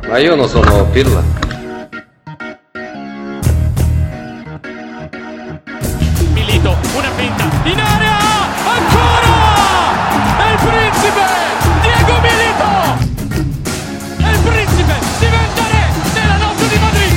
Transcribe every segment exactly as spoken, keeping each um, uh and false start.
Ma io non sono Pirla. Milito, una finta, in area, ancora! È il principe, Diego Milito! È il principe, diventa re della notte di Madrid!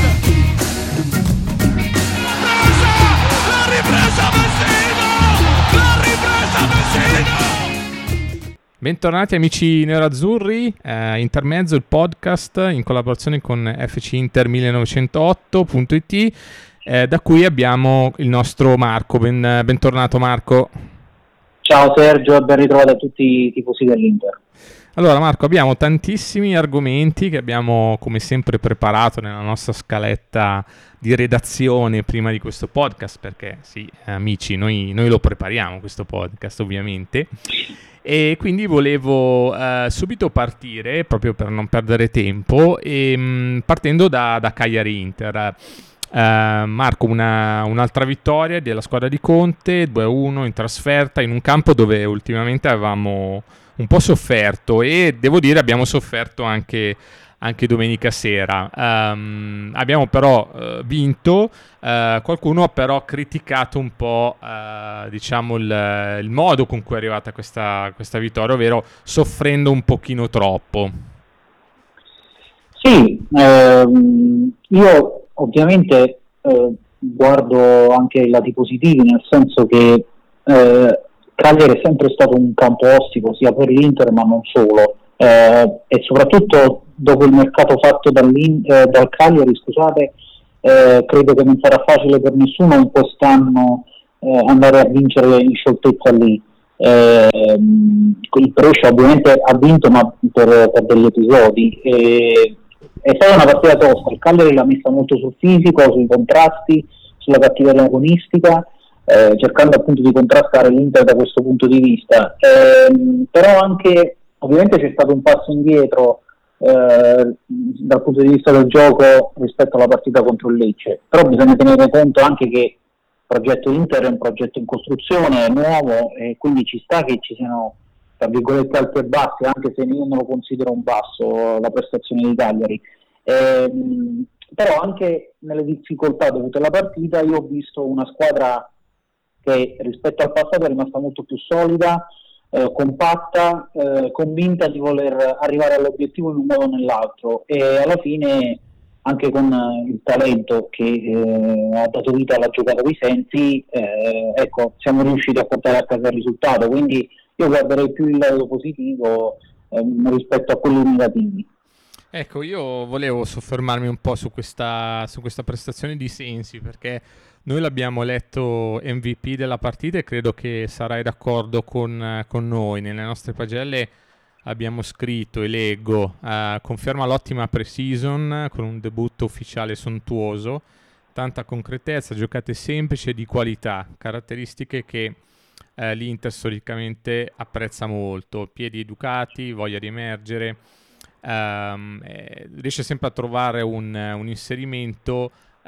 La ripresa, la ripresa Messina! La ripresa Messina! Bentornati amici nerazzurri, eh, Intermezzo, il podcast in collaborazione con F C Inter millenovecentootto punto it, eh, da cui abbiamo il nostro Marco. Ben, bentornato Marco. Ciao Sergio, ben ritrovato a tutti i tifosi dell'Inter. Allora Marco, abbiamo tantissimi argomenti che abbiamo come sempre preparato nella nostra scaletta di redazione prima di questo podcast, perché sì, amici, noi, noi lo prepariamo questo podcast ovviamente. E quindi volevo uh, subito partire, proprio per non perdere tempo, e, mh, partendo da, da Cagliari Inter. Uh, Marco, una, un'altra vittoria della squadra di Conte, due a uno in trasferta, in un campo dove ultimamente avevamo un po' sofferto, e devo dire abbiamo sofferto anche, anche domenica sera. Um, abbiamo però uh, vinto. Uh, qualcuno ha però criticato un po' uh, diciamo il, il modo con cui è arrivata questa, questa vittoria, ovvero soffrendo un pochino troppo. Sì, ehm, io ovviamente eh, guardo anche i lati positivi, nel senso che eh, Cagliari è sempre stato un campo ostico sia per l'Inter ma non solo, eh, e soprattutto dopo il mercato fatto eh, dal Cagliari, scusate, Eh, credo che non sarà facile per nessuno in quest'anno eh, andare a vincere in scioltezza lì. Eh, il Brescia ovviamente ha vinto, ma per, per degli episodi. Eh, è stata una partita tosta, il Cagliari l'ha messa molto sul fisico, sui contrasti, sulla cattiveria agonistica, eh, cercando appunto di contrastare l'Inter da questo punto di vista. Eh, però anche ovviamente c'è stato un passo indietro Eh, dal punto di vista del gioco rispetto alla partita contro il Lecce, però bisogna tenere conto anche che il progetto Inter è un progetto in costruzione, è nuovo, e quindi ci sta che ci siano tra virgolette alti e bassi, anche se io non lo considero un basso la prestazione di Cagliari. Eh, però anche nelle difficoltà dovute alla partita io ho visto una squadra che rispetto al passato è rimasta molto più solida, Eh, compatta, eh, convinta di voler arrivare all'obiettivo in un modo o nell'altro, e alla fine anche con eh, il talento che eh, ha dato vita alla giocata di Sensi, eh, ecco, siamo riusciti a portare a casa il risultato, quindi io guarderei più il lato positivo eh, rispetto a quelli negativi. Ecco, io volevo soffermarmi un po' su questa, su questa prestazione di Sensi, perché noi l'abbiamo letto M V P della partita e credo che sarai d'accordo con, con noi. Nelle nostre pagelle abbiamo scritto e leggo: uh, conferma l'ottima pre-season con un debutto ufficiale sontuoso, tanta concretezza, giocate semplici e di qualità, caratteristiche che uh, l'Inter storicamente apprezza molto, piedi educati, voglia di emergere. Um, eh, riesce sempre a trovare un, un inserimento,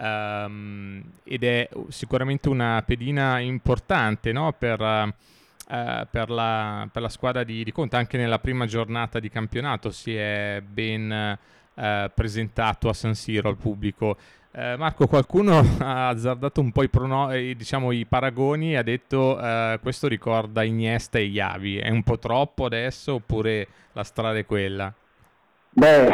um, ed è sicuramente una pedina importante, no? per, uh, per, la, per la squadra di, di Conte. Anche nella prima giornata di campionato si è ben uh, presentato a San Siro al pubblico. Uh, Marco, qualcuno ha azzardato un po' i, prono- diciamo, i paragoni e ha detto uh, questo ricorda Iniesta e Iavi. È un po' troppo adesso oppure la strada è quella? Beh,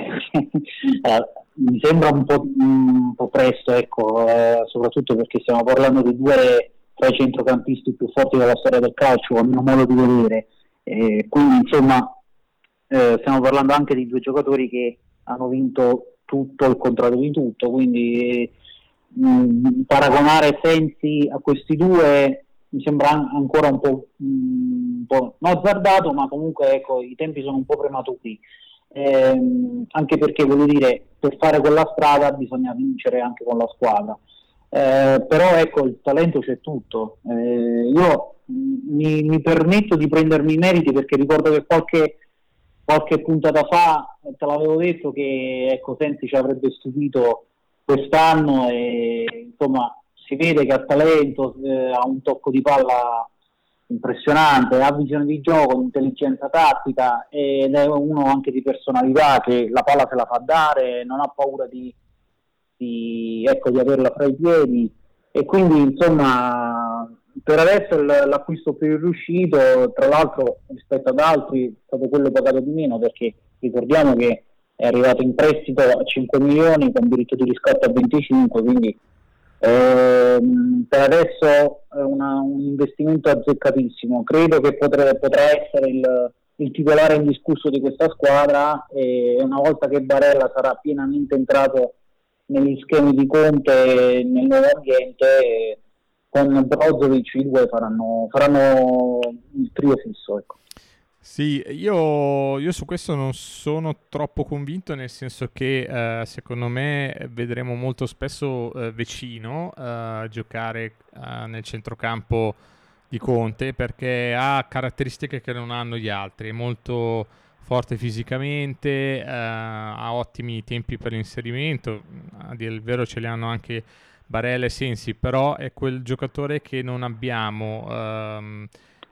eh, mi sembra un po', un po' presto, ecco, eh, soprattutto perché stiamo parlando di due tra i centrocampisti più forti della storia del calcio, a mio modo di vedere, eh, quindi insomma eh, stiamo parlando anche di due giocatori che hanno vinto tutto il contrario di tutto, quindi mh, paragonare Sensi a questi due mi sembra ancora un po', mh, un po' non azzardato, ma comunque ecco, i tempi sono un po' prematuri. Eh, anche perché voglio dire, per fare quella strada bisogna vincere anche con la squadra, eh, però ecco, il talento c'è tutto. Eh, io mi, mi permetto di prendermi i meriti perché ricordo che qualche, qualche puntata fa te l'avevo detto che ecco, Sensi ci avrebbe stupito quest'anno, e insomma si vede che ha talento, eh, ha un tocco di palla impressionante, ha visione di gioco, intelligenza tattica ed è uno anche di personalità che la palla se la fa dare, non ha paura di, di, ecco, di averla fra i piedi, e quindi insomma per adesso l'acquisto più riuscito, tra l'altro rispetto ad altri, è stato quello pagato di meno, perché ricordiamo che è arrivato in prestito a cinque milioni con diritto di riscatto a venticinque, quindi ehm, per adesso è una, un investimento azzeccatissimo. Credo che potre, potrà essere il, il titolare indiscusso di questa squadra, e una volta che Barella sarà pienamente entrato negli schemi di Conte nel nuovo ambiente, con Brozovic i due faranno, faranno il trio fisso, ecco. Sì, io, io su questo non sono troppo convinto, nel senso che eh, secondo me vedremo molto spesso eh, Vecino eh, giocare eh, nel centrocampo di Conte, perché ha caratteristiche che non hanno gli altri, è molto forte fisicamente, eh, ha ottimi tempi per l'inserimento, a dire il vero ce li hanno anche Barella e Sensi, però è quel giocatore che non abbiamo ehm,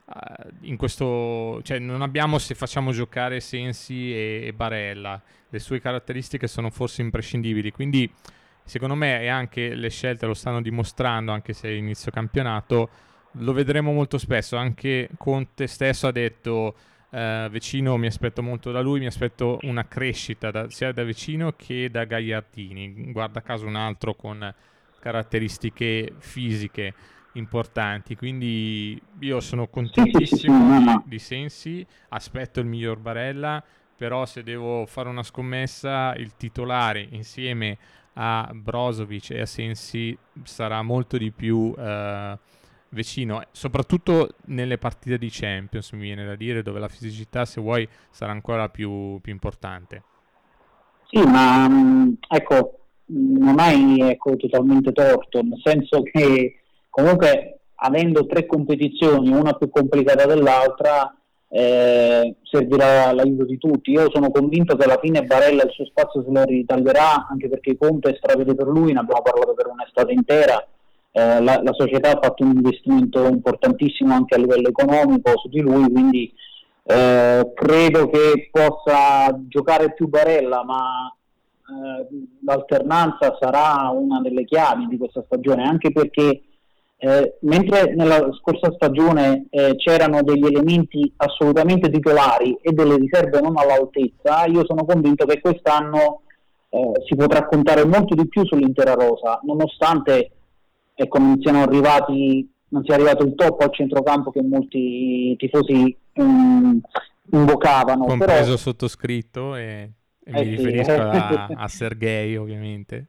in questo, cioè non abbiamo se facciamo giocare Sensi e, e Barella. Le sue caratteristiche sono forse imprescindibili, quindi secondo me, e anche le scelte lo stanno dimostrando, anche se è inizio campionato, lo vedremo molto spesso. Anche Conte stesso ha detto Uh, Vecino, mi aspetto molto da lui, mi aspetto una crescita da, sia da Vecino che da Gagliardini, guarda caso un altro con caratteristiche fisiche importanti, quindi io sono contentissimo Sì, sì, sì, sì, no, no. di, di Sensi, aspetto il miglior Barella, però se devo fare una scommessa, il titolare insieme a Brozovic e a Sensi sarà molto di più uh, Vecino, soprattutto nelle partite di Champions, mi viene da dire, dove la fisicità, se vuoi, sarà ancora più, più importante. Sì, ma mh, ecco, non hai ecco, totalmente torto, nel senso che comunque avendo tre competizioni, una più complicata dell'altra, eh, servirà l'aiuto di tutti. Io sono convinto che alla fine Barella il suo spazio se lo ritaglierà, anche perché Conte stravede per lui, ne abbiamo parlato per un'estate intera. Eh, la, la società ha fatto un investimento importantissimo anche a livello economico su di lui, quindi eh, credo che possa giocare più Barella, ma eh, l'alternanza sarà una delle chiavi di questa stagione, anche perché eh, mentre nella scorsa stagione eh, c'erano degli elementi assolutamente titolari e delle riserve non all'altezza, io sono convinto che quest'anno eh, si potrà contare molto di più sull'intera rosa, nonostante ecco, non siano arrivati, non sia arrivato il top al centrocampo che molti tifosi um, invocavano. Compreso però, sottoscritto, e, e eh mi sì, riferisco eh. a, a Sergei, ovviamente.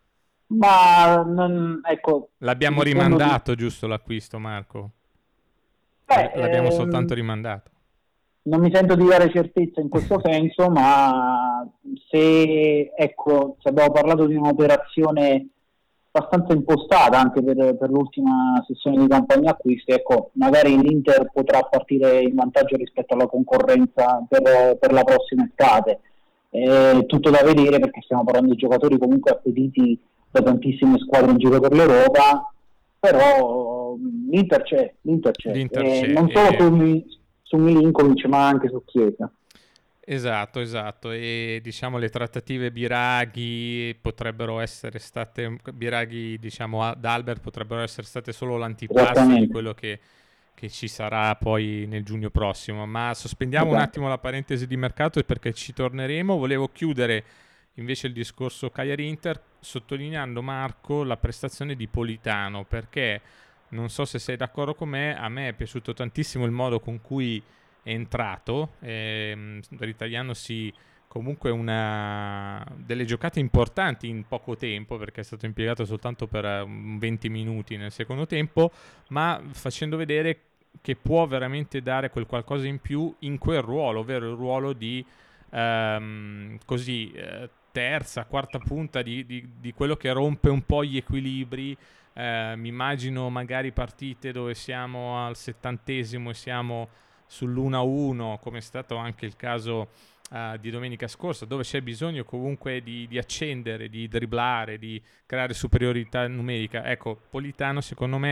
Ma non, ecco, L'abbiamo rimandato, di... giusto, l'acquisto, Marco? Beh, L'abbiamo ehm, soltanto rimandato. Non mi sento di dare certezza in questo senso, ma se, ecco, se abbiamo parlato di un'operazione abbastanza impostata anche per, per l'ultima sessione di campagna acquisti, ecco, magari l'Inter potrà partire in vantaggio rispetto alla concorrenza per, per la prossima estate. È tutto da vedere, perché stiamo parlando di giocatori comunque appetiti da tantissime squadre in giro per l'Europa, però l'Inter c'è, l'Inter c'è, L'Inter eh, c'è, non solo e... su, su Milinkovic ma anche su Chiesa. Esatto, esatto, e diciamo le trattative Biraghi potrebbero essere state, Biraghi diciamo ad Albert potrebbero essere state solo l'antipasto di quello che, che ci sarà poi nel giugno prossimo, ma sospendiamo esatto. un attimo la parentesi di mercato perché ci torneremo. Volevo chiudere invece il discorso Cagliari-Inter sottolineando, Marco, la prestazione di Politano, perché non so se sei d'accordo con me, a me è piaciuto tantissimo il modo con cui è entrato, ehm, ritagliandosi comunque una delle giocate importanti in poco tempo, perché è stato impiegato soltanto per venti minuti nel secondo tempo, ma facendo vedere che può veramente dare quel qualcosa in più in quel ruolo, ovvero il ruolo di ehm, così eh, terza, quarta punta di, di, di quello che rompe un po' gli equilibri. Eh, mi immagino magari partite dove siamo al settantesimo e siamo sull'uno a uno, come è stato anche il caso uh, di domenica scorsa, dove c'è bisogno comunque di, di accendere, di dribblare, di creare superiorità numerica. Ecco, Politano secondo me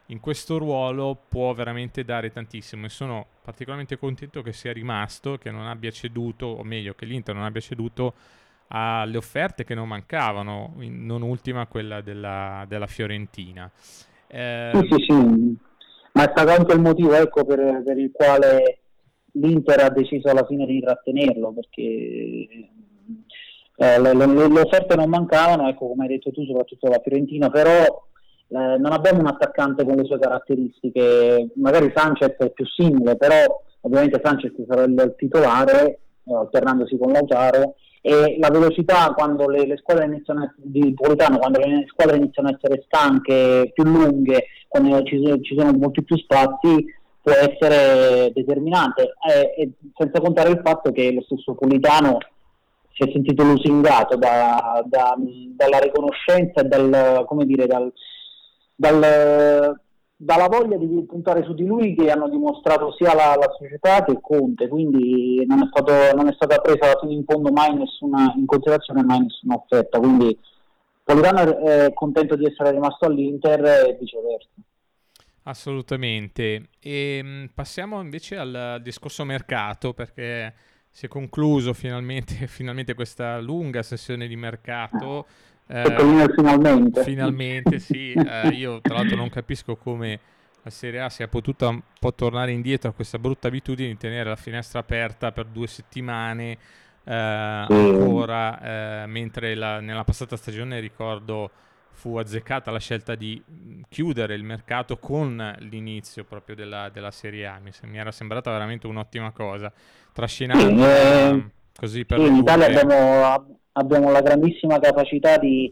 in questo ruolo può veramente dare tantissimo, e sono particolarmente contento che sia rimasto, che non abbia ceduto, o meglio che l'Inter non abbia ceduto alle offerte che non mancavano, in- non ultima quella della, della Fiorentina. Sì, Ehm, sì, sì, ma è stato anche il motivo, ecco, per, per il quale l'Inter ha deciso alla fine di trattenerlo, perché eh, le, le- le offerte non mancavano, ecco, come hai detto tu, soprattutto la Fiorentina, però eh, non abbiamo un attaccante con le sue caratteristiche. Magari Sanchez è più simile, però ovviamente Sanchez sarà il titolare, eh, alternandosi con Lautaro, e la velocità quando le, le squadre iniziano a, di Politano, quando le squadre iniziano a essere stanche, più lunghe, quando ci, ci sono molti più spazi, può essere determinante, eh, e senza contare il fatto che lo stesso Politano si è sentito lusingato da, da, dalla riconoscenza e dal, come dire, dal, dal, dalla voglia di puntare su di lui, che hanno dimostrato sia la, la società che Conte, quindi non è, stato, non è stata presa fino in fondo mai nessuna, in considerazione mai nessuna offerta, quindi Politano è contento di essere rimasto all'Inter e viceversa. Assolutamente. E mh, passiamo invece al, al discorso mercato, perché si è concluso finalmente, finalmente questa lunga sessione di mercato. Eh, Sottolineo finalmente. finalmente, sì. Eh, io tra l'altro non capisco come la Serie A sia potuta un po' tornare indietro a questa brutta abitudine di tenere la finestra aperta per due settimane eh, ancora, eh, mentre la- nella passata stagione, ricordo, fu azzeccata la scelta di mh, chiudere il mercato con l'inizio proprio della, della Serie A. Mi, se- mi era sembrata veramente un'ottima cosa, Sì, trascinandola eh, così per sì, le in Italia lunghe. abbiamo, abbiamo la grandissima capacità di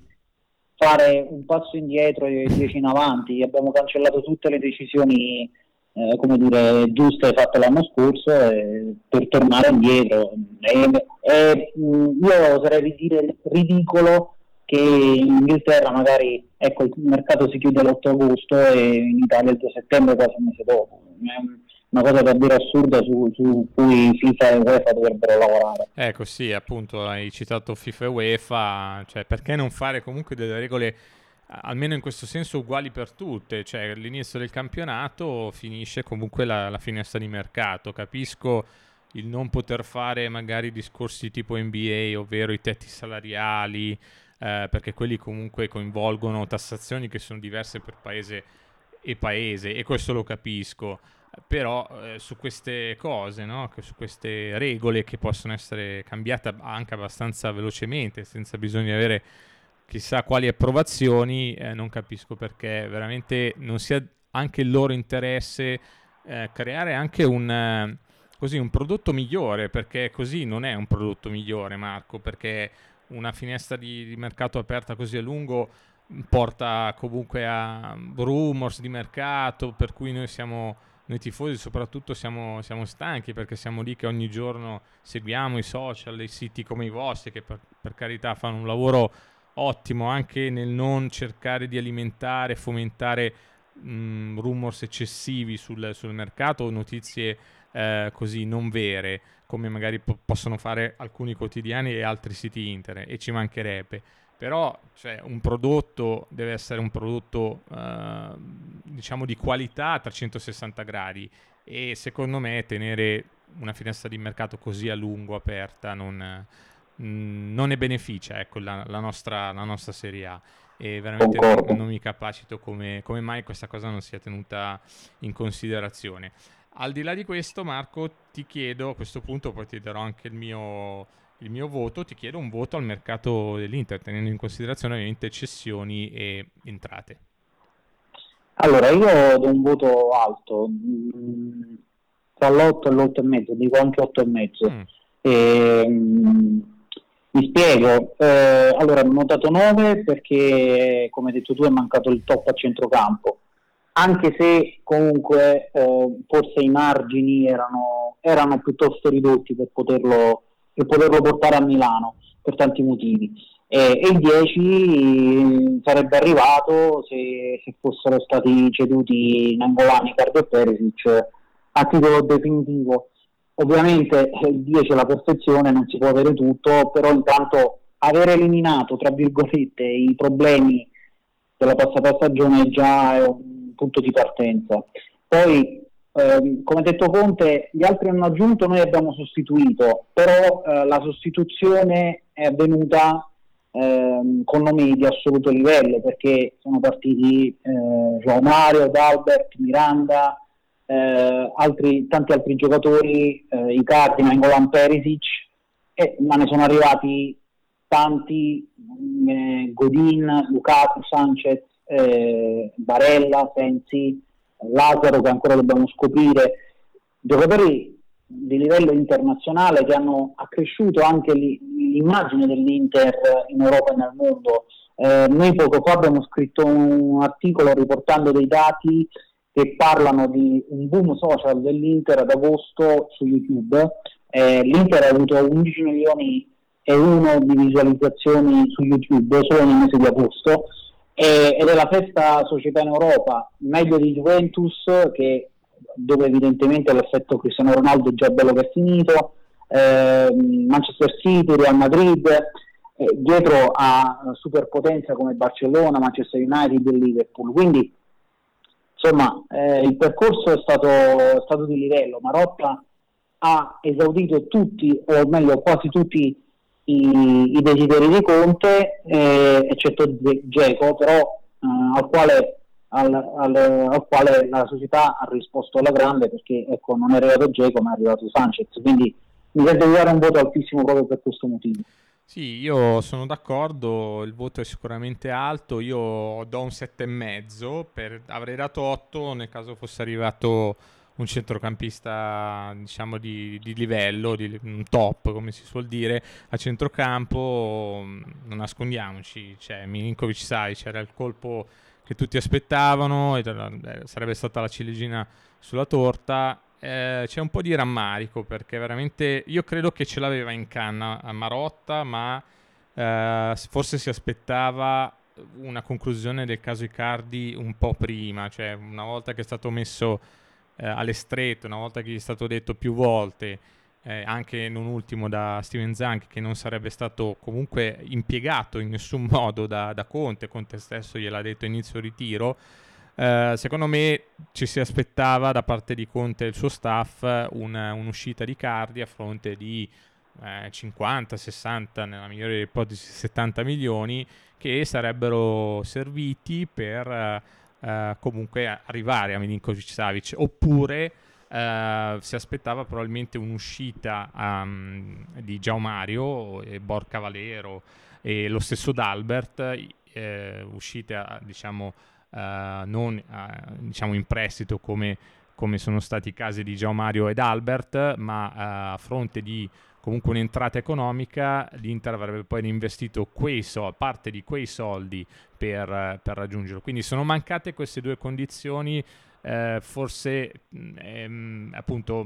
fare un passo indietro e dieci in avanti. Abbiamo cancellato tutte le decisioni, eh, come dire, giuste fatte l'anno scorso, eh, per tornare indietro. E, e, mh, io oserei di dire ridicolo che in Inghilterra magari, ecco, il mercato si chiude l'otto agosto e in Italia il due settembre, quasi un mese dopo. È una cosa davvero assurda su, su cui FIFA e UEFA dovrebbero lavorare. Ecco, sì, appunto, hai citato FIFA e UEFA, cioè perché non fare comunque delle regole, a- almeno in questo senso, uguali per tutte? Cioè, all'inizio del campionato finisce comunque la, la finestra di mercato. Capisco il non poter fare magari discorsi tipo N B A, ovvero i tetti salariali, eh, perché quelli comunque coinvolgono tassazioni che sono diverse per paese e paese, e questo lo capisco. Però eh, su queste cose, no? Che su queste regole che possono essere cambiate anche abbastanza velocemente, senza bisogno di avere chissà quali approvazioni, eh, non capisco perché veramente non sia anche il loro interesse eh, creare anche un, eh, così, un prodotto migliore, perché così non è un prodotto migliore, Marco, perché una finestra di, di mercato aperta così a lungo porta comunque a rumors di mercato, per cui noi siamo, noi tifosi soprattutto, siamo, siamo stanchi, perché siamo lì che ogni giorno seguiamo i social, i siti come i vostri, che per, per carità fanno un lavoro ottimo anche nel non cercare di alimentare, fomentare mh, rumors eccessivi sul, sul mercato o notizie eh, così non vere, come magari po- possono fare alcuni quotidiani e altri siti internet, e ci mancherebbe. Però cioè, un prodotto deve essere un prodotto eh, diciamo di qualità a trecentosessanta gradi, e secondo me tenere una finestra di mercato così a lungo aperta non, mh, non ne beneficia, ecco, la, la nostra, la nostra Serie A, e veramente non, Concordo. non mi capacito come, come mai questa cosa non sia tenuta in considerazione. Al di là di questo, Marco, ti chiedo a questo punto, poi ti darò anche il mio, il mio voto, ti chiedo un voto al mercato dell'Inter, tenendo in considerazione ovviamente cessioni e entrate. Allora, io do un voto alto, mm, tra l'otto e l'otto e mezzo, dico anche otto e mezzo. Mm, E, mm, mi spiego, eh, allora hanno dato nove perché, come hai detto tu, è mancato il top a centrocampo, anche se comunque eh, forse i margini erano, erano piuttosto ridotti per poterlo, per poterlo portare a Milano, per tanti motivi. E, e il dieci sarebbe arrivato se, se fossero stati ceduti Nangolan, Cardo e Perisic a titolo definitivo. Ovviamente eh, il dieci è la perfezione, non si può avere tutto, però intanto aver eliminato, tra virgolette, i problemi della passata stagione già è un, un punto di partenza. Poi, ehm, come ha detto Conte, gli altri hanno aggiunto, noi abbiamo sostituito, però eh, la sostituzione è avvenuta ehm, con nomi di assoluto livello, perché sono partiti eh, João Mario, Dalbert, Miranda, eh, altri, tanti altri giocatori, eh, Icardi, Nainggolan, Perisic, eh, ma ne sono arrivati tanti, eh, Godin, Lukaku, Sanchez, eh, Barella, Sensi, Lazzaro, che ancora dobbiamo scoprire, giocatori di livello internazionale che hanno accresciuto anche li, l'immagine dell'Inter in Europa e nel mondo. Eh, noi poco fa abbiamo scritto un articolo riportando dei dati che parlano di un boom social dell'Inter ad agosto su YouTube. Eh, L'Inter ha avuto undici milioni e uno di visualizzazioni su YouTube solo nel mese di agosto, eh, ed è la sesta società in Europa, meglio di Juventus, che dove evidentemente l'effetto Cristiano Ronaldo è già bello che è finito, eh, Manchester City, Real Madrid, eh, dietro a superpotenza come Barcellona, Manchester United e Liverpool. Quindi insomma eh, il percorso è stato, è stato di livello. Marotta ha esaudito tutti, o meglio quasi tutti i, i desideri di Conte, eh, eccetto Dzeko, però eh, al quale Al, al, al quale la società ha risposto alla grande, perché ecco, non è arrivato Dzeko ma è arrivato Sanchez, quindi mi sento di dare un voto altissimo proprio per questo motivo. Sì, io sono d'accordo, il voto è sicuramente alto, io do un sette e mezzo, per, avrei dato otto nel caso fosse arrivato un centrocampista, diciamo, di, di livello, di, un top, come si suol dire, a centrocampo. Non nascondiamoci, cioè Milinkovic-Savic era il colpo che tutti aspettavano, e sarebbe stata la ciliegina sulla torta. Eh, c'è un po' di rammarico, perché veramente io credo che ce l'aveva in canna a Marotta, ma eh, forse si aspettava una conclusione del caso Icardi un po' prima, cioè una volta che è stato messo eh, alle strette, una volta che gli è stato detto più volte, Eh, anche non ultimo da Steven Zanchi, che non sarebbe stato comunque impiegato in nessun modo da, da Conte. Conte stesso gliel'ha detto inizio ritiro. Eh, secondo me ci si aspettava da parte di Conte e il suo staff una, un'uscita di Icardi a fronte di eh, cinquanta, sessanta, nella migliore delle ipotesi settanta milioni, che sarebbero serviti per eh, comunque arrivare a Milinkovic-Savic, oppure Uh, si aspettava probabilmente un'uscita um, di João Mario e Borca Valero e lo stesso Dalbert, eh, uscite a, diciamo uh, non uh, diciamo in prestito come, come sono stati i casi di João Mario ed Albert, ma uh, a fronte di comunque un'entrata economica l'Inter avrebbe poi investito quei soldi, parte di quei soldi per, per raggiungerlo. Quindi sono mancate queste due condizioni. Eh, forse ehm, appunto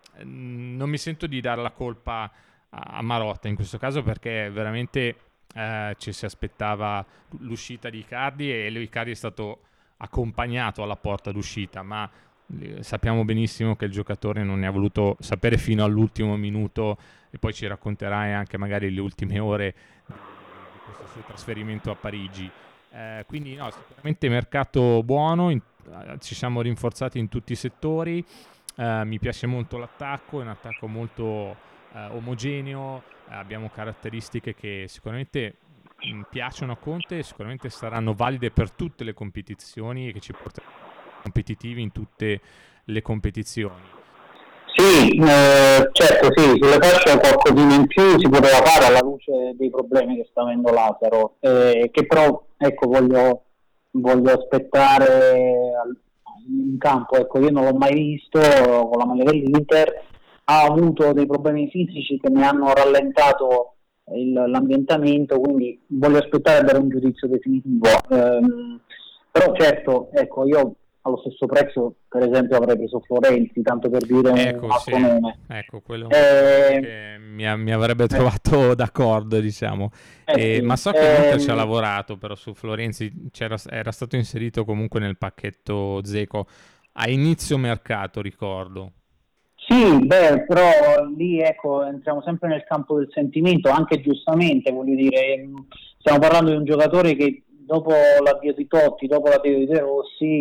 non mi sento di dare la colpa a, a Marotta in questo caso, perché veramente eh, ci si aspettava l'uscita di Icardi, e Icardi è stato accompagnato alla porta d'uscita, ma eh, sappiamo benissimo che il giocatore non ne ha voluto sapere fino all'ultimo minuto, e poi ci racconterai anche magari le ultime ore di, di questo suo trasferimento a Parigi. Eh, quindi no, sicuramente mercato buono, in, ci siamo rinforzati in tutti i settori. Eh, mi piace molto l'attacco, è un attacco molto eh, omogeneo, eh, abbiamo caratteristiche che sicuramente mh, piacciono a Conte, sicuramente saranno valide per tutte le competizioni e che ci porteranno competitivi in tutte le competizioni. Sì, eh, certo, sì, sulle fasce qualcosina in più si poteva fare alla luce dei problemi che sta avendo Lazzaro, eh, che però ecco voglio, voglio aspettare in campo. Ecco, io non l'ho mai visto con la maglia dell'Inter, ha avuto dei problemi fisici che mi hanno rallentato il, l'ambientamento, quindi voglio aspettare a dare un giudizio definitivo. Eh, però certo, ecco, io allo stesso prezzo per esempio avrei preso Florenzi, tanto per dire ecco, un altro sì. nome. Ecco, quello eh, che mi, mi avrebbe trovato eh, d'accordo, diciamo. eh, eh, sì. ma so che eh, l'Inter ci ha lavorato però su Florenzi, c'era, era stato inserito comunque nel pacchetto Dzeko a inizio mercato, ricordo. Sì, beh, però lì ecco entriamo sempre nel campo del sentimento, anche giustamente, voglio dire, stiamo parlando di un giocatore che dopo l'addio di Totti, dopo l'addio di De Rossi,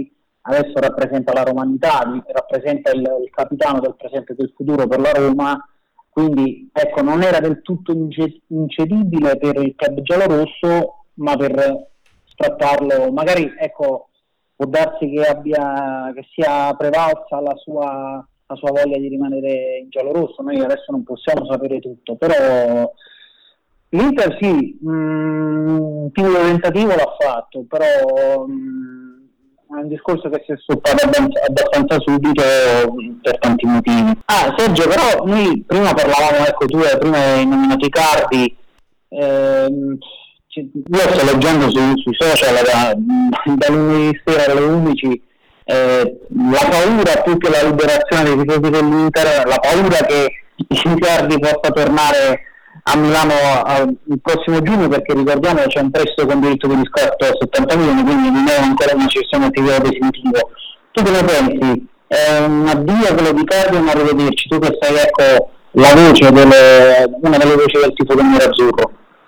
adesso rappresenta la romanità, rappresenta il, il capitano del presente e del futuro per la Roma, quindi ecco, non era del tutto ince- incedibile per il club giallorosso, ma per sfrattarlo, magari ecco, può darsi che abbia che sia prevalsa la sua, la sua voglia di rimanere in giallorosso. Noi adesso non possiamo sapere tutto, però l'Inter sì, un piccolo tentativo l'ha fatto, però mh, è un discorso che si è stoppato abbastanza subito per tanti motivi. Ah, Sergio, però noi prima parlavamo, ecco, tu prima hai nominato Icardi, ehm, io sto leggendo su, sui social da, da lunedì sera alle undici, eh, la paura più che la liberazione dei tifosi dell'Inter, la paura che Icardi possa tornare a Milano uh, il prossimo giugno, perché ricordiamo che c'è un prestito con diritto di riscatto a settanta milioni, quindi non è ancora una cessione attiva definitivo. Tu come pensi? È un addio quello di Icardi o un arrivederci? Tu che sei, ecco, la voce delle, una delle voci del tifo del nerazzurro.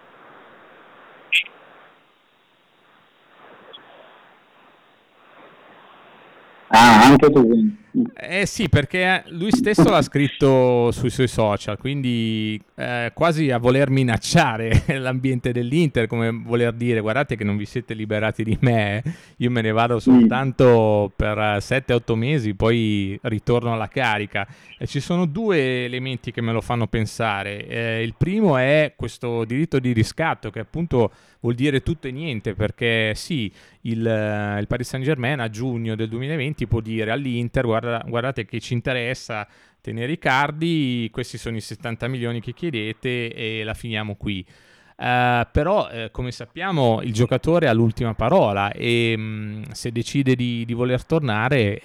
Ah, anche tu quindi. Eh sì, perché lui stesso l'ha scritto sui suoi social, quindi eh, quasi a voler minacciare l'ambiente dell'Inter, come voler dire guardate che non vi siete liberati di me, io me ne vado soltanto per sette otto mesi, poi ritorno alla carica. E ci sono due elementi che me lo fanno pensare. Eh, il primo è questo diritto di riscatto, che appunto vuol dire tutto e niente, perché sì, il, il Paris Saint-Germain a giugno del duemilaventi può dire all'Inter guarda, guardate che ci interessa tenere Icardi, questi sono i settanta milioni che chiedete e la finiamo qui. Uh, però eh, come sappiamo il giocatore ha l'ultima parola e mh, se decide di, di voler tornare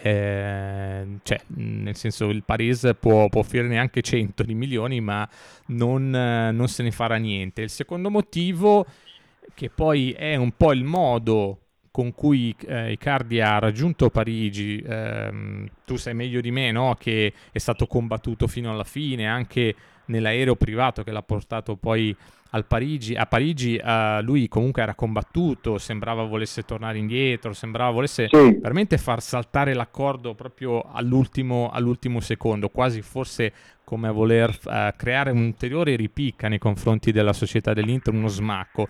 eh, cioè, nel senso il Paris può, può offrirne anche cento di milioni, ma non, eh, non se ne farà niente. Il secondo motivo, che poi è un po' il modo con cui eh, Icardi ha raggiunto Parigi, ehm, tu sai meglio di me, no? Che è stato combattuto fino alla fine anche nell'aereo privato che l'ha portato poi al Parigi, a Parigi. Uh, lui comunque era combattuto, sembrava volesse tornare indietro, sembrava volesse sì. veramente far saltare l'accordo proprio all'ultimo, all'ultimo secondo, quasi forse come a voler uh, creare un'ulteriore ripicca nei confronti della società dell'Inter, uno smacco.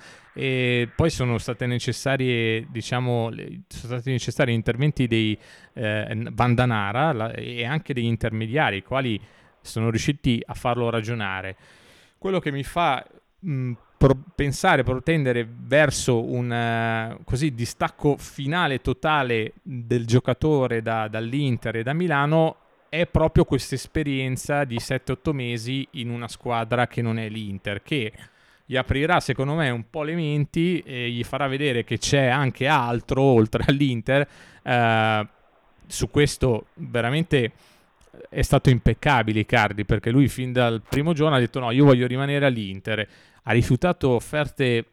E poi sono state necessarie, diciamo, sono stati necessari interventi dei eh, Vandanara la, e anche degli intermediari, i quali sono riusciti a farlo ragionare. Quello che mi fa mh, pro- pensare, protendere verso un uh, così distacco finale totale del giocatore da, dall'Inter e da Milano è proprio questa esperienza di sette otto mesi in una squadra che non è l'Inter, che gli aprirà secondo me un po' le menti e gli farà vedere che c'è anche altro oltre all'Inter. Uh, su questo veramente è stato impeccabile Icardi, perché lui fin dal primo giorno ha detto no, io voglio rimanere all'Inter, ha rifiutato offerte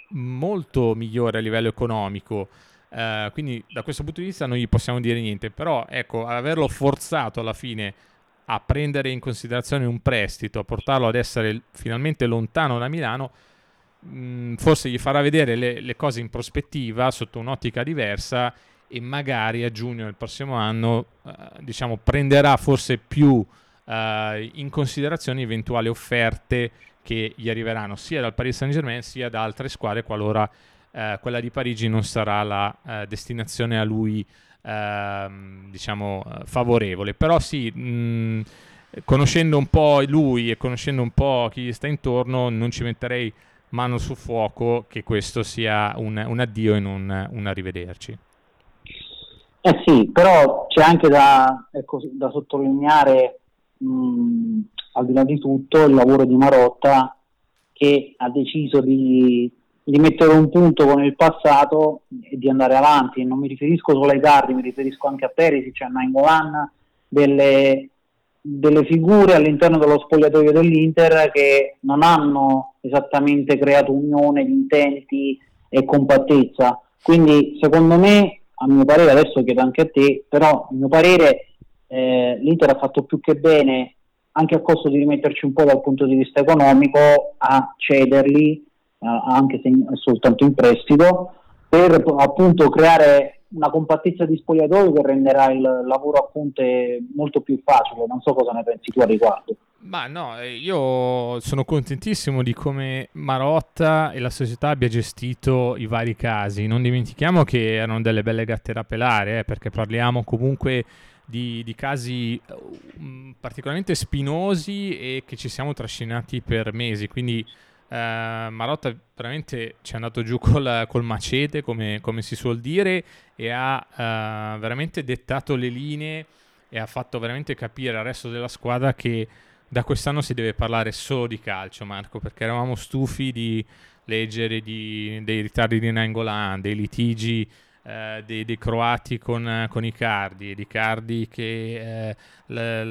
molto migliori a livello economico, uh, quindi da questo punto di vista non gli possiamo dire niente, però ecco, averlo forzato alla fine a prendere in considerazione un prestito, a portarlo ad essere finalmente lontano da Milano, mh, forse gli farà vedere le, le cose in prospettiva sotto un'ottica diversa e magari a giugno del prossimo anno eh, diciamo prenderà forse più eh, in considerazione eventuali offerte che gli arriveranno sia dal Paris Saint-Germain sia da altre squadre, qualora eh, quella di Parigi non sarà la eh, destinazione a lui eh, diciamo favorevole. Però sì, mh, conoscendo un po' lui e conoscendo un po' chi gli sta intorno, non ci metterei mano sul fuoco che questo sia un, un addio e non un arrivederci. Eh sì, però c'è anche da, ecco, da sottolineare, mh, al di là di tutto, il lavoro di Marotta, che ha deciso di, di mettere un punto con il passato e di andare avanti. Non mi riferisco solo ai Icardi, mi riferisco anche a Perisic, a Nainggolan, delle, delle figure all'interno dello spogliatoio dell'Inter che non hanno esattamente creato unione di intenti e compattezza. Quindi secondo me, a mio parere, adesso chiedo anche a te, però a mio parere eh, l'Inter ha fatto più che bene, anche a costo di rimetterci un po' dal punto di vista economico, a cederli, eh, anche se soltanto in prestito, per appunto creare una compattezza di spogliatoio che renderà il lavoro a Conte molto più facile. Non so cosa ne pensi tu a riguardo. Ma no, io sono contentissimo di come Marotta e la società abbia gestito i vari casi. Non dimentichiamo che erano delle belle gatte da pelare, eh, perché parliamo comunque di, di casi um, particolarmente spinosi e che ci siamo trascinati per mesi. Quindi uh, Marotta veramente ci è andato giù col, col macete, come, come si suol dire, e ha uh, veramente dettato le linee e ha fatto veramente capire al resto della squadra che da quest'anno si deve parlare solo di calcio, Marco, perché eravamo stufi di leggere di, dei ritardi di Nainggolan, dei litigi eh, dei, dei croati con, con Icardi, di Icardi che eh, l,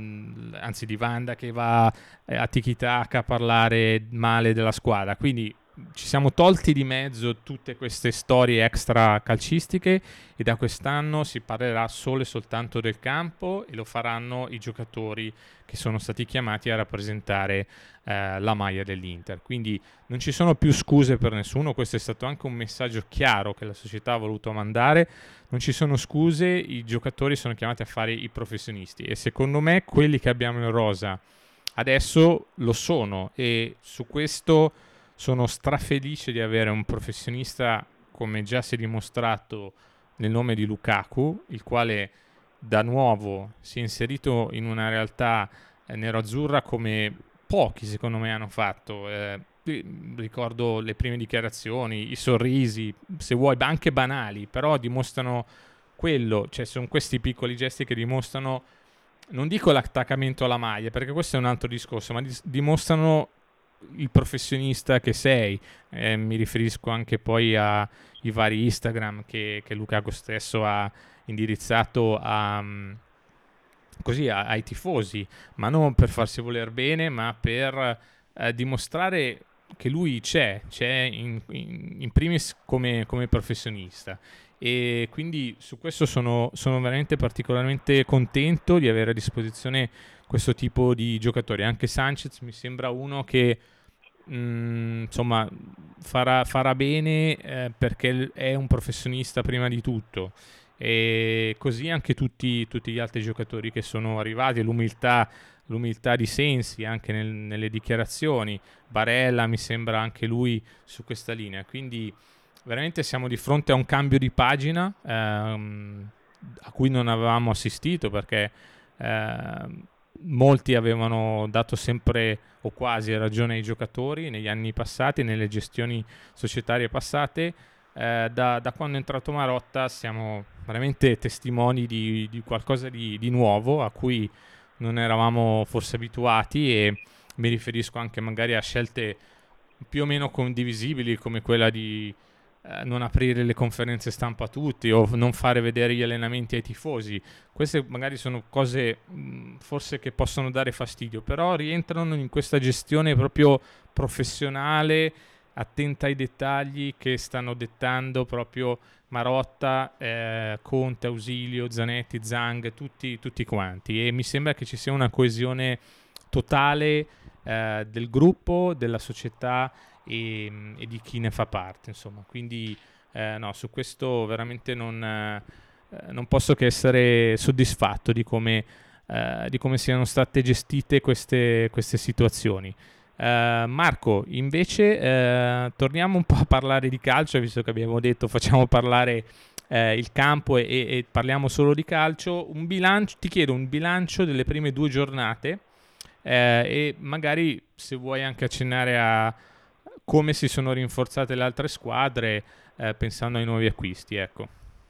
l, anzi di Vanda che va eh, a Tiki-Taka a parlare male della squadra. Quindi ci siamo tolti di mezzo tutte queste storie extra calcistiche e da quest'anno si parlerà solo e soltanto del campo e lo faranno i giocatori che sono stati chiamati a rappresentare eh, la maglia dell'Inter. Quindi non ci sono più scuse per nessuno. Questo è stato anche un messaggio chiaro che la società ha voluto mandare. Non ci sono scuse, i giocatori sono chiamati a fare i professionisti e secondo me quelli che abbiamo in rosa adesso lo sono, e su questo sono strafelice di avere un professionista come già si è dimostrato nel nome di Lukaku, il quale da nuovo si è inserito in una realtà eh, nero-azzurra come pochi secondo me hanno fatto. Eh, ricordo le prime dichiarazioni, i sorrisi, se vuoi anche banali, però dimostrano quello, cioè sono questi piccoli gesti che dimostrano, non dico l'attaccamento alla maglia perché questo è un altro discorso, ma dis- dimostrano il professionista che sei. Eh, mi riferisco anche poi ai vari Instagram che, che Lukaku stesso ha indirizzato a, così, a, ai tifosi, ma non per farsi voler bene, ma per eh, dimostrare che lui c'è, c'è in, in, in primis come, come professionista. E quindi su questo sono, sono veramente particolarmente contento di avere a disposizione questo tipo di giocatori. Anche Sanchez mi sembra uno che mh, insomma farà, farà bene eh, perché è un professionista prima di tutto, e così anche tutti, tutti gli altri giocatori che sono arrivati. L'umiltà, l'umiltà di Sensi anche nel, nelle dichiarazioni, Barella mi sembra anche lui su questa linea. Quindi veramente siamo di fronte a un cambio di pagina ehm, a cui non avevamo assistito perché ehm, molti avevano dato sempre o quasi ragione ai giocatori negli anni passati, nelle gestioni societarie passate. Eh, da, da quando è entrato Marotta siamo veramente testimoni di, di qualcosa di, di nuovo a cui non eravamo forse abituati, e mi riferisco anche magari a scelte più o meno condivisibili come quella di eh, non aprire le conferenze stampa a tutti o non fare vedere gli allenamenti ai tifosi. Queste magari sono cose mh, forse che possono dare fastidio, però rientrano in questa gestione proprio professionale, attenta ai dettagli, che stanno dettando proprio Marotta, eh, Conte, Ausilio, Zanetti, Zhang, tutti, tutti quanti, e mi sembra che ci sia una coesione totale eh, del gruppo, della società e, e di chi ne fa parte, insomma. Quindi eh, no, su questo veramente non, eh, non posso che essere soddisfatto di come, eh, di come siano state gestite queste, queste situazioni. Uh, Marco, invece uh, torniamo un po' a parlare di calcio, visto che abbiamo detto facciamo parlare uh, il campo e, e parliamo solo di calcio. Un bilancio, ti chiedo un bilancio delle prime due giornate uh, e magari se vuoi anche accennare a come si sono rinforzate le altre squadre uh, pensando ai nuovi acquisti, ecco.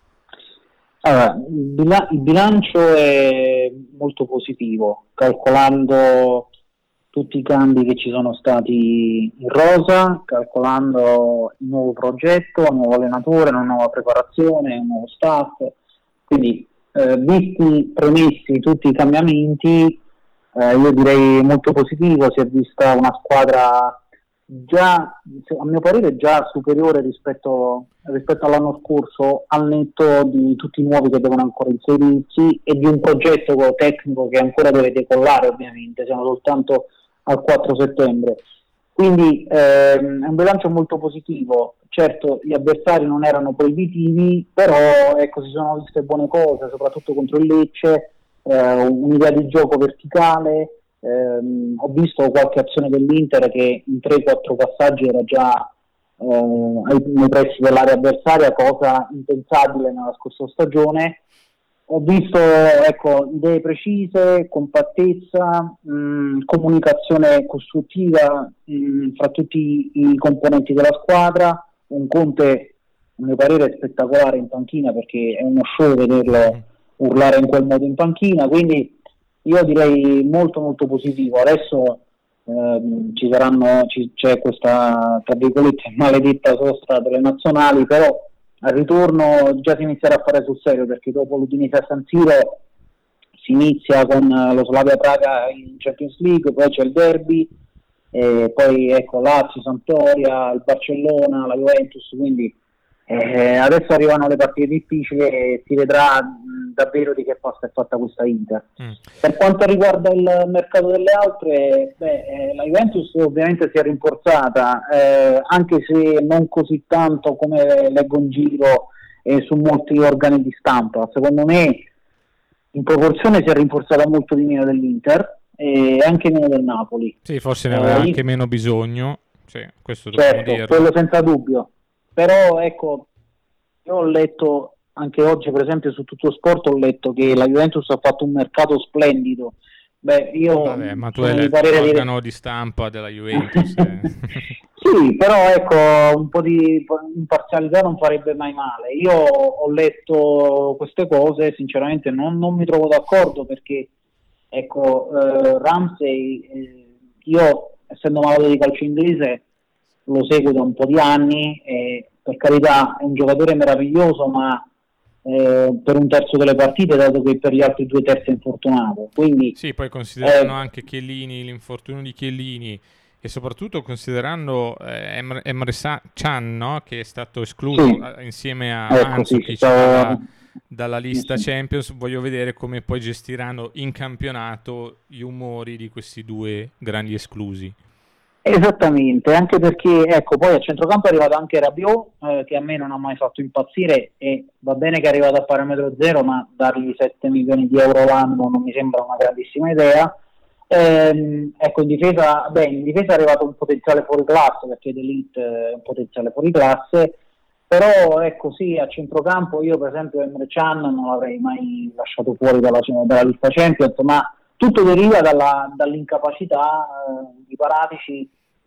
Allora, il, bila- il bilancio è molto positivo, calcolando tutti i cambi che ci sono stati in rosa, calcolando il nuovo progetto, un nuovo allenatore, una nuova preparazione, un nuovo staff. Quindi eh, visti, premessi tutti i cambiamenti, eh, io direi molto positivo. Si è vista una squadra già, a mio parere, già superiore rispetto, rispetto all'anno scorso, al netto di tutti i nuovi che devono ancora inserirsi e di un progetto tecnico che ancora deve decollare. Ovviamente siamo soltanto al quattro settembre, Quindi ehm, è un bilancio molto positivo. Certo, gli avversari non erano proibitivi, però ecco, si sono viste buone cose, soprattutto contro il Lecce, eh, un'idea di gioco verticale. ehm, ho visto qualche azione dell'Inter che in tre quattro passaggi era già eh, nei pressi dell'area avversaria, cosa impensabile nella scorsa stagione. Ho visto ecco, idee precise, compattezza, mh, comunicazione costruttiva mh, fra tutti i componenti della squadra, un Conte, a mio parere, spettacolare in panchina, perché è uno show vederlo urlare in quel modo in panchina, quindi io direi molto molto positivo. Adesso ehm, ci saranno, ci, c'è questa, tra virgolette, maledetta sosta delle nazionali, però al ritorno già si inizierà a fare sul serio, perché dopo l'Udinese a San Siro si inizia con lo Slavia Praga in Champions League, poi c'è il derby, e poi ecco Lazio, Sampdoria, il Barcellona, la Juventus, quindi eh, adesso arrivano le partite difficili e si vedrà mh, davvero di che pasta è fatta questa Inter. Mm. Per quanto riguarda il mercato delle altre, beh, eh, la Juventus ovviamente si è rinforzata, eh, anche se non così tanto come leggo in giro eh, su molti organi di stampa. Secondo me in proporzione si è rinforzata molto di meno dell'Inter e anche meno del Napoli. Sì, forse ne aveva eh, anche meno bisogno, sì, questo certo, dobbiamo dirlo. Quello senza dubbio. Però ecco, io ho letto anche oggi, per esempio su Tutto Sport, ho letto che la Juventus ha fatto un mercato splendido. Beh, io Vabbè, ma tu hai letto l'organo di stampa della Juventus. eh. Sì, però ecco, un po' di imparzialità non farebbe mai male. Io ho letto queste cose, sinceramente non, non mi trovo d'accordo, perché ecco, eh, Ramsey, eh, io essendo malato di calcio inglese lo seguo da un po' di anni e per carità è un giocatore meraviglioso, ma eh, per un terzo delle partite, dato che per gli altri due terzi è infortunato. Quindi, sì, poi considerando eh, anche Chiellini, l'infortunio di Chiellini, e soprattutto considerando eh, Emre, Emre Can, no? Che è stato escluso sì. a, insieme a ecco, Manzo, sì, che sta... dalla, dalla lista Champions. Voglio vedere come poi gestiranno in campionato gli umori di questi due grandi esclusi. Esattamente, anche perché ecco, poi a centrocampo è arrivato anche Rabiot, eh, che a me non ha mai fatto impazzire, e va bene che è arrivato a parametro zero, ma dargli sette milioni di euro l'anno non mi sembra una grandissima idea. Ehm, ecco, in difesa, beh, in difesa è arrivato un potenziale fuori classe, perché D'Elite è un potenziale fuori classe, però ecco sì, a centrocampo io per esempio Emre Can non l'avrei mai lasciato fuori dalla, dalla lista Champions, ma tutto deriva dalla, dall'incapacità eh, di Paratici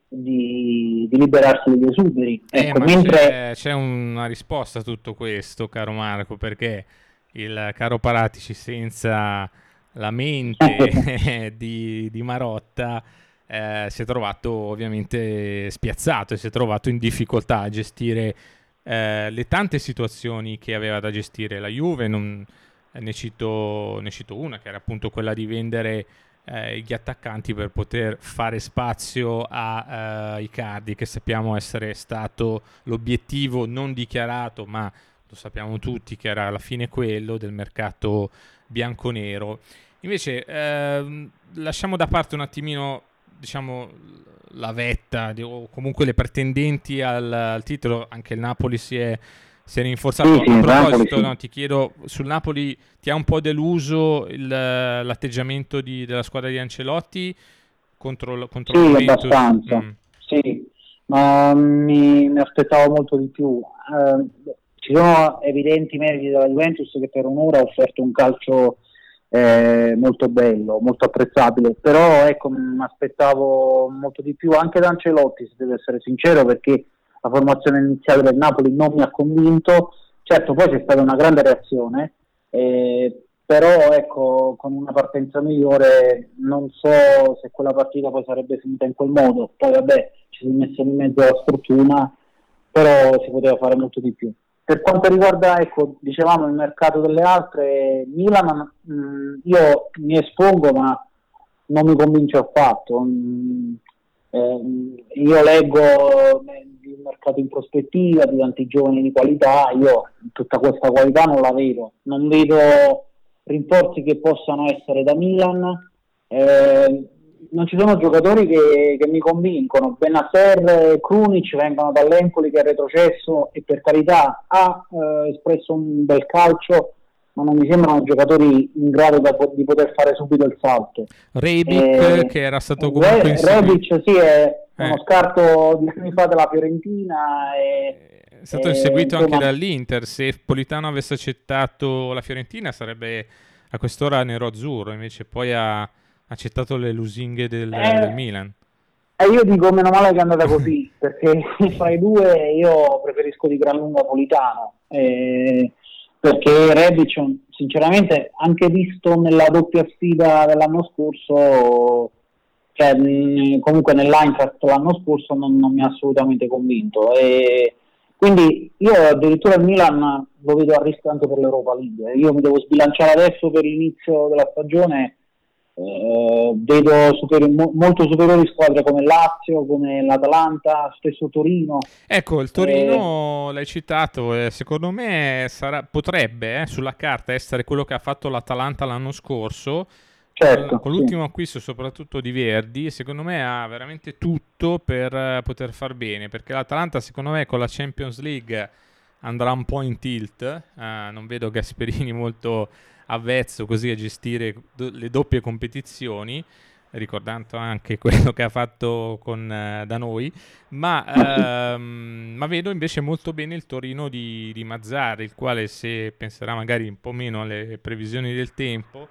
di, di liberarsi degli esuberi. Eh, ecco, ma mentre... c'è, c'è una risposta a tutto questo, caro Marco, perché il caro Paratici, senza la mente di, di Marotta, eh, si è trovato ovviamente spiazzato e si è trovato in difficoltà a gestire eh, le tante situazioni che aveva da gestire la Juve. Non, ne, cito, ne cito una, che era appunto quella di vendere eh, gli attaccanti per poter fare spazio a uh, Icardi, che sappiamo essere stato l'obiettivo non dichiarato, ma lo sappiamo tutti che era alla fine quello del mercato bianconero. Invece ehm, lasciamo da parte un attimino, diciamo, la vetta o comunque le pretendenti al, al titolo. Anche il Napoli si è, si è rinforzato. Sì, sì, a proposito, Napoli, no, ti chiedo, sul Napoli ti ha un po' deluso il, l'atteggiamento di, della squadra di Ancelotti contro, contro sì, la Juventus? abbastanza. Mm. Sì, ma mi, mi aspettavo molto di più. Eh, ci sono evidenti meriti della Juventus, che per un'ora ha offerto un calcio Eh, molto bello, molto apprezzabile, però ecco, mi aspettavo molto di più anche da Ancelotti, se devo essere sincero, perché la formazione iniziale del Napoli non mi ha convinto. Certo, poi c'è stata una grande reazione, eh, però ecco, con una partenza migliore non so se quella partita poi sarebbe finita in quel modo. Poi vabbè, ci si è messo in mezzo la sfortuna, però si poteva fare molto di più. Per quanto riguarda, ecco, dicevamo il mercato delle altre, Milan, mh, io mi espongo ma non mi convince affatto. Mh, eh, io leggo il mercato in prospettiva di tanti giovani di qualità, io tutta questa qualità non la vedo, non vedo rinforzi che possano essere da Milan. Eh, non ci sono giocatori che, che mi convincono. Benasser e Krunic vengono dall'Empoli che è retrocesso e per carità ha eh, espresso un bel calcio, ma non mi sembrano giocatori in grado da, di poter fare subito il salto. Rebic, eh, che era stato comunque Re, inserito. Rebic sì, è Eh. uno scarto di anni fa della Fiorentina e, È stato e, inseguito insomma, anche dall'Inter. Se Politano avesse accettato la Fiorentina sarebbe a quest'ora nero-azzurro, invece poi ha accettato le lusinghe del, eh, del Milan. E io dico meno male che è andata così, perché fra i due io preferisco di gran lunga Politano, eh, perché Rebic sinceramente, anche visto nella doppia sfida dell'anno scorso, cioè mh, comunque nell'Eintracht l'anno scorso non, non mi ha assolutamente convinto, e quindi io addirittura il Milan lo vedo a rischio anche per l'Europa League. Io mi devo sbilanciare adesso per l'inizio della stagione. Eh, vedo superi- mo- molto superiori squadre come Lazio, come l'Atalanta, stesso Torino. Ecco, il Torino, eh... l'hai citato, eh, secondo me sarà, potrebbe eh, sulla carta essere quello che ha fatto l'Atalanta l'anno scorso, certo, con, con l'ultimo sì. acquisto soprattutto di Verdi. Secondo me ha veramente tutto per uh, poter far bene, perché l'Atalanta secondo me con la Champions League andrà un po' in tilt, uh, non vedo Gasperini molto avvezzo così a gestire do- le doppie competizioni, ricordando anche quello che ha fatto con, uh, da noi, ma, ehm, ma vedo invece molto bene il Torino di, di Mazzarri, il quale, se penserà magari un po' meno alle previsioni del tempo,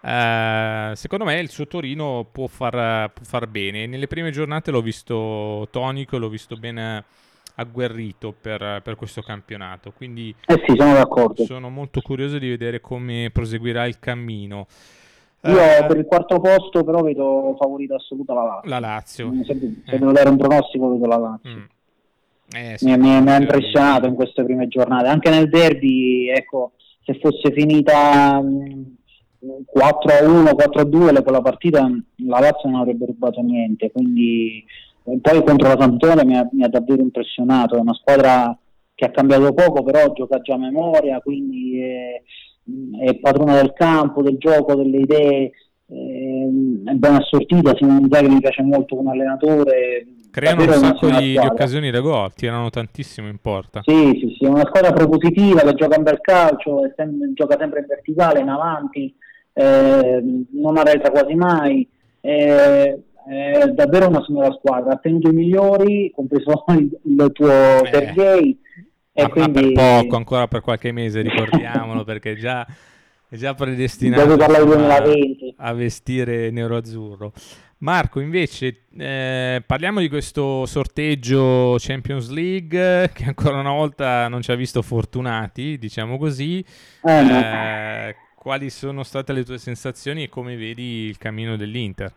Uh, secondo me il suo Torino può far, può far bene. Nelle prime giornate l'ho visto tonico, l'ho visto ben agguerrito per, per questo campionato, quindi eh sì, sono d'accordo. Sono molto curioso di vedere come proseguirà il cammino. Io uh, per il quarto posto però vedo favorita assoluta la Lazio. La Lazio Se, se eh. devo dare un pronostico vedo la Lazio. mm. eh, sì, mi, mi, mi ha impressionato di... in queste prime giornate, anche nel derby. Ecco, se fosse finita mh, quattro a uno, quattro a due quella partita, la Lazio non avrebbe rubato niente, quindi poi contro la Sampdoria mi ha, mi ha davvero impressionato. È una squadra che ha cambiato poco, però gioca già a memoria, quindi è, è padrona del campo, del gioco, delle idee, è ben assortita. Simone Inzaghi mi piace molto come allenatore, creano un sacco di, di occasioni da gol, tirano tantissimo in porta. Sì, sì, sì, è una squadra propositiva che gioca un bel calcio, è sem- gioca sempre in verticale, in avanti, eh, non arretra quasi mai, eh, è davvero una signora squadra. Ha tenuto i migliori, compreso il, il tuo eh, Sergei, e ma, quindi... ma per poco, ancora per qualche mese, ricordiamolo, perché già è già predestinato insomma, a vestire nero-azzurro. Marco, invece, eh, parliamo di questo sorteggio Champions League che ancora una volta non ci ha visto fortunati, diciamo così. Eh, no. eh, quali sono state le tue sensazioni e come vedi il cammino dell'Inter?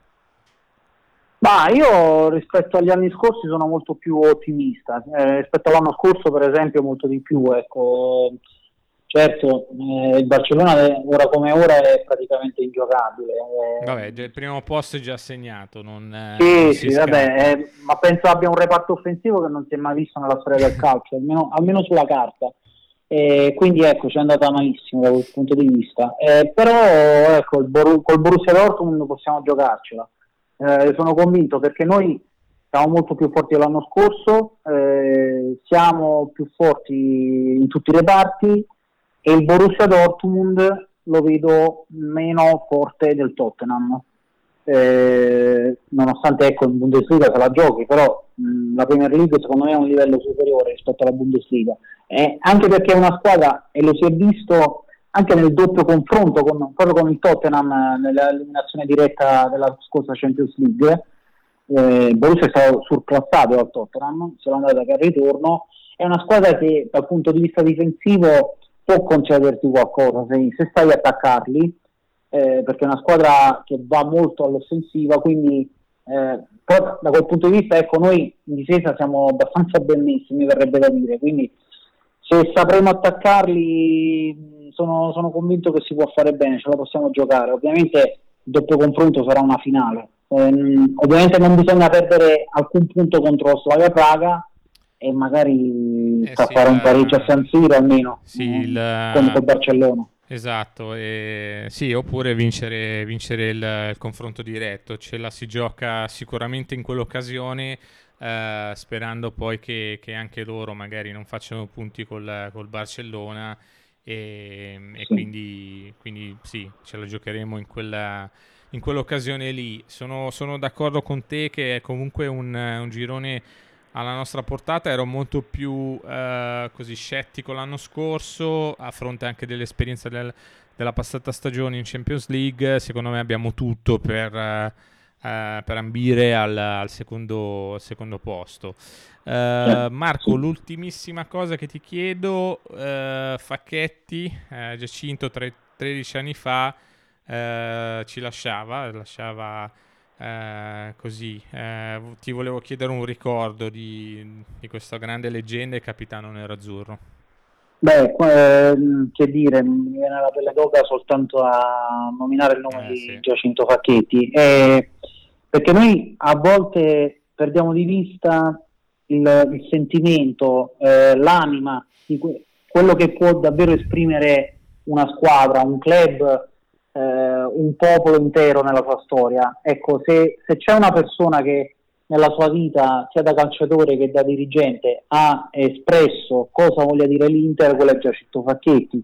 Ma io rispetto agli anni scorsi sono molto più ottimista, eh, rispetto all'anno scorso per esempio molto di più, ecco. Certo, eh, il Barcellona ora come ora è praticamente ingiocabile. Eh. Vabbè, il primo posto è già assegnato, non, eh, sì, non sì, vabbè, eh, ma penso abbia un reparto offensivo che non si è mai visto nella storia del calcio, almeno, almeno sulla carta. Eh, quindi ecco, ci è andata malissimo da quel punto di vista. Eh, però ecco, il Bor- col Borussia Dortmund possiamo giocarcela. Eh, sono convinto, perché noi siamo molto più forti dell'anno scorso, eh, siamo più forti in tutti i reparti, e il Borussia Dortmund lo vedo meno forte del Tottenham, eh, nonostante ecco in Bundesliga se la giochi, però mh, la Premier League secondo me è un livello superiore rispetto alla Bundesliga, eh, anche perché è una squadra, e lo si è visto anche nel doppio confronto con, proprio con il Tottenham nell'eliminazione diretta della scorsa Champions League, eh, il Borussia è stato surclassato dal Tottenham, se l'è andata per ritorno. È una squadra che dal punto di vista difensivo può concederti qualcosa se, se stai a attaccarli, eh, perché è una squadra che va molto all'offensiva, quindi eh, però da quel punto di vista ecco, noi in difesa siamo abbastanza ben messi, mi verrebbe da dire, quindi se sapremo attaccarli sono, sono convinto che si può fare bene, ce la possiamo giocare. Ovviamente il doppio confronto sarà una finale, eh, ovviamente non bisogna perdere alcun punto contro Slavia Praga, e magari eh fa sì, fare un la... pareggio a San Siro almeno, sì, eh, la... come col Barcellona. Esatto, e sì, oppure vincere, vincere il, il confronto diretto, ce la si gioca sicuramente in quell'occasione, eh, sperando poi che, che anche loro magari non facciano punti col, col Barcellona e, e Sì. quindi, quindi sì, ce la giocheremo in quella, in quell'occasione lì. Sono, sono d'accordo con te che è comunque un, un girone alla nostra portata. Ero molto più eh, così scettico l'anno scorso, a fronte anche dell'esperienza del, della passata stagione in Champions League. Secondo me abbiamo tutto per, eh, eh, per ambire al, al, secondo, al secondo posto. Uh, Marco, Sì. l'ultimissima cosa che ti chiedo, uh, Facchetti, uh, Giacinto tre, tredici anni fa uh, ci lasciava, lasciava uh, così, uh, ti volevo chiedere un ricordo di, di questa grande leggenda e capitano nerazzurro. Beh, eh, che dire, mi viene la pelle d'oca soltanto a nominare il nome Eh, di sì. Giacinto Facchetti, eh, perché noi a volte perdiamo di vista il, il sentimento, eh, l'anima di que- quello che può davvero esprimere una squadra, un club, eh, un popolo intero nella sua storia. Ecco, se, se c'è una persona che nella sua vita, sia da calciatore che da dirigente, ha espresso cosa voglia dire l'Inter, quello è Giacinto Facchetti.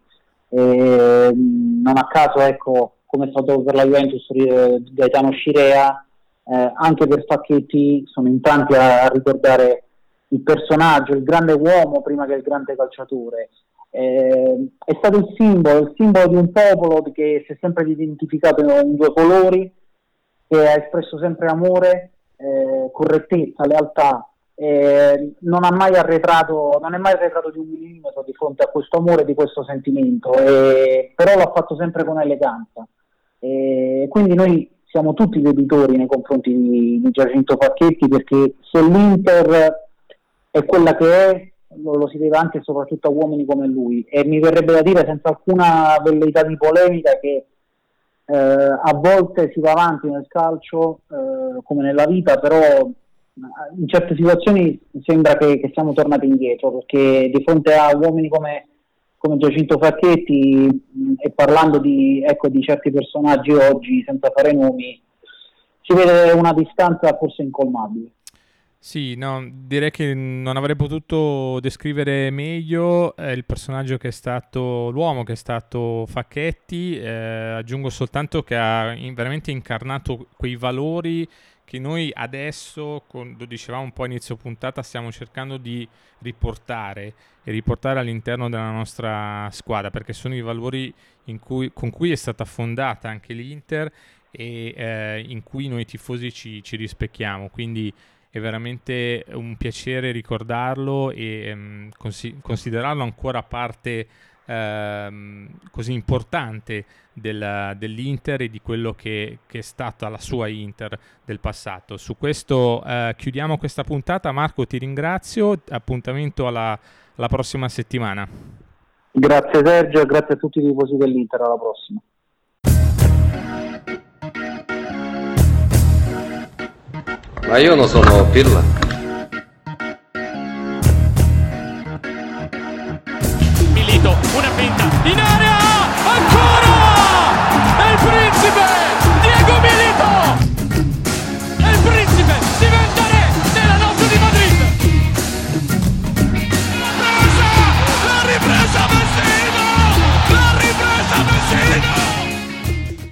Eh, non a caso, ecco, come è stato per la Juventus eh, Gaetano Scirea, eh, anche per Facchetti sono in tanti a, a ricordare il personaggio, il grande uomo prima che il grande calciatore. Eh, è stato il simbolo, il simbolo di un popolo che si è sempre identificato in due colori, che ha espresso sempre amore, eh, correttezza, lealtà, eh, non ha mai arretrato, non è mai arretrato di un millimetro di fronte a questo amore, di questo sentimento, eh, però l'ha fatto sempre con eleganza. Eh, quindi noi siamo tutti debitori nei confronti di, di Giacinto Facchetti, perché se l'Inter è quella che è, lo, lo si deve anche e soprattutto a uomini come lui, e mi verrebbe da dire senza alcuna velleità di polemica che eh, a volte si va avanti nel calcio eh, come nella vita, però in certe situazioni sembra che, che siamo tornati indietro, perché di fronte a uomini come, come Giacinto Facchetti mh, e parlando di, ecco, di certi personaggi oggi, senza fare nomi, si vede una distanza forse incolmabile. Sì, no, direi che non avrei potuto descrivere meglio eh, il personaggio che è stato, l'uomo che è stato Facchetti. Eh, aggiungo soltanto che ha in- veramente incarnato quei valori che noi adesso, con, lo dicevamo un po' a inizio puntata, stiamo cercando di riportare e riportare all'interno della nostra squadra, perché sono i valori in cui, con cui è stata fondata anche l'Inter e eh, in cui noi tifosi ci, ci rispecchiamo. Quindi è veramente un piacere ricordarlo e um, consi- considerarlo ancora parte um, così importante del, dell'Inter e di quello che, che è stata la sua Inter del passato. Su questo uh, chiudiamo questa puntata. Marco, ti ringrazio, appuntamento alla, alla prossima settimana. Grazie Sergio e grazie a tutti i tifosi dell'Inter, alla prossima. Ma io non sono Pirla. Milito, una finta in area!